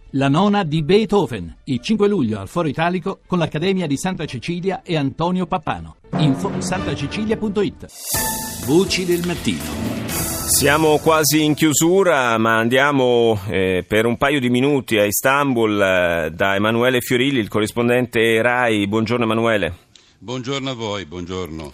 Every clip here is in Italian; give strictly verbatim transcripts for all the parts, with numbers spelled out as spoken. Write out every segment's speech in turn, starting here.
La nona di Beethoven, il cinque luglio al Foro Italico con l'Accademia di Santa Cecilia e Antonio Pappano. Info santacecilia punto it. Voci del mattino. Siamo quasi in chiusura, ma andiamo eh, per un paio di minuti a Istanbul eh, da Emanuele Fiorilli, il corrispondente RAI. Buongiorno Emanuele. Buongiorno a voi, buongiorno.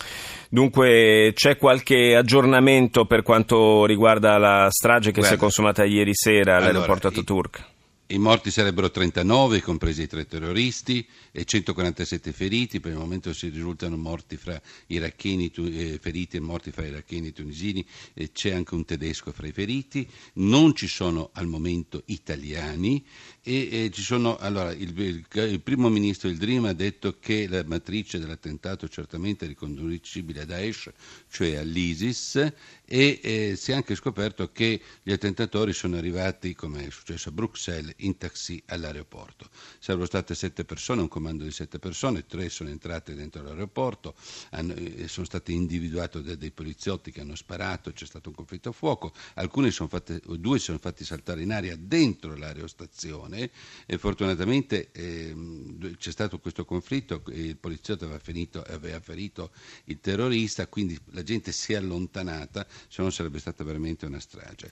Dunque c'è qualche aggiornamento per quanto riguarda la strage che Guarda, si è consumata ieri sera all'aeroporto allora, Ataturk? I morti sarebbero trentanove, compresi i tre terroristi, e centoquarantasette feriti. Per il momento si risultano morti fra iracheni, tu, eh, feriti e morti fra iracheni e tunisini, e c'è anche un tedesco fra i feriti. Non ci sono al momento italiani e, e ci sono. Allora, il, il, il primo ministro il Dream ha detto che la matrice dell'attentato certamente è riconducibile a Daesh, cioè all'ISIS, e eh, si è anche scoperto che gli attentatori sono arrivati, come è successo a Bruxelles, in taxi all'aeroporto. Sarebbero state sette persone, un comando di sette persone, tre sono entrate dentro l'aeroporto, hanno, eh, sono state individuate da dei poliziotti che hanno sparato, c'è stato un conflitto a fuoco, alcuni sono fatte, due sono fatti saltare in aria dentro l'aerostazione e fortunatamente eh, c'è stato questo conflitto, il poliziotto aveva, finito, aveva ferito il terrorista, quindi la gente si è allontanata, se no sarebbe stata veramente una strage.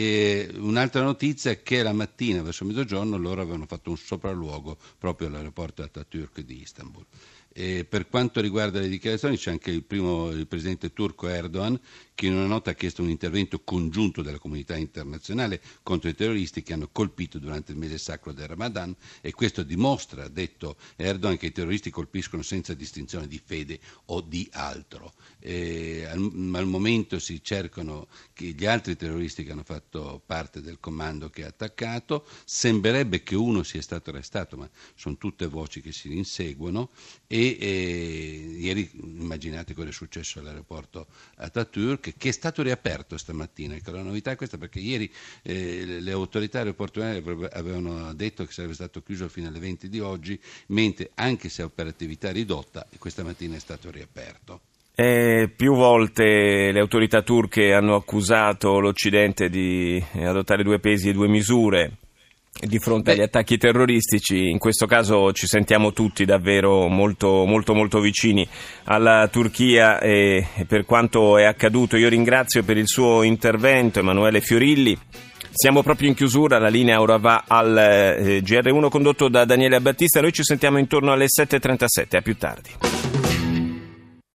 E un'altra notizia è che la mattina verso mezzogiorno loro avevano fatto un sopralluogo proprio all'aeroporto Ataturk di Istanbul. E per quanto riguarda le dichiarazioni c'è anche il primo il presidente turco Erdogan, che in una nota ha chiesto un intervento congiunto della comunità internazionale contro i terroristi che hanno colpito durante il mese sacro del Ramadan, e questo dimostra, ha detto Erdogan, che i terroristi colpiscono senza distinzione di fede o di altro. E al, al momento si cercano che gli altri terroristi che hanno fatto parte del comando che ha attaccato, sembrerebbe che uno sia stato arrestato, ma sono tutte voci che si inseguono. E, e ieri immaginate cosa è successo all'aeroporto Ataturk, che è stato riaperto stamattina. Ecco, la novità è questa, perché ieri eh, le autorità aeroportuali avevano detto che sarebbe stato chiuso fino alle venti di oggi, mentre anche se operatività ridotta, questa mattina è stato riaperto. Eh, più volte le autorità turche hanno accusato l'Occidente di adottare due pesi e due misure di fronte agli attacchi terroristici. In questo caso ci sentiamo tutti davvero molto molto molto vicini alla Turchia e per quanto è accaduto. Io ringrazio per il suo intervento Emanuele Fiorilli. Siamo proprio in chiusura, la linea ora va al eh, G R uno condotto da Daniele Battista. Noi ci sentiamo intorno alle sette e trentasette, a più tardi.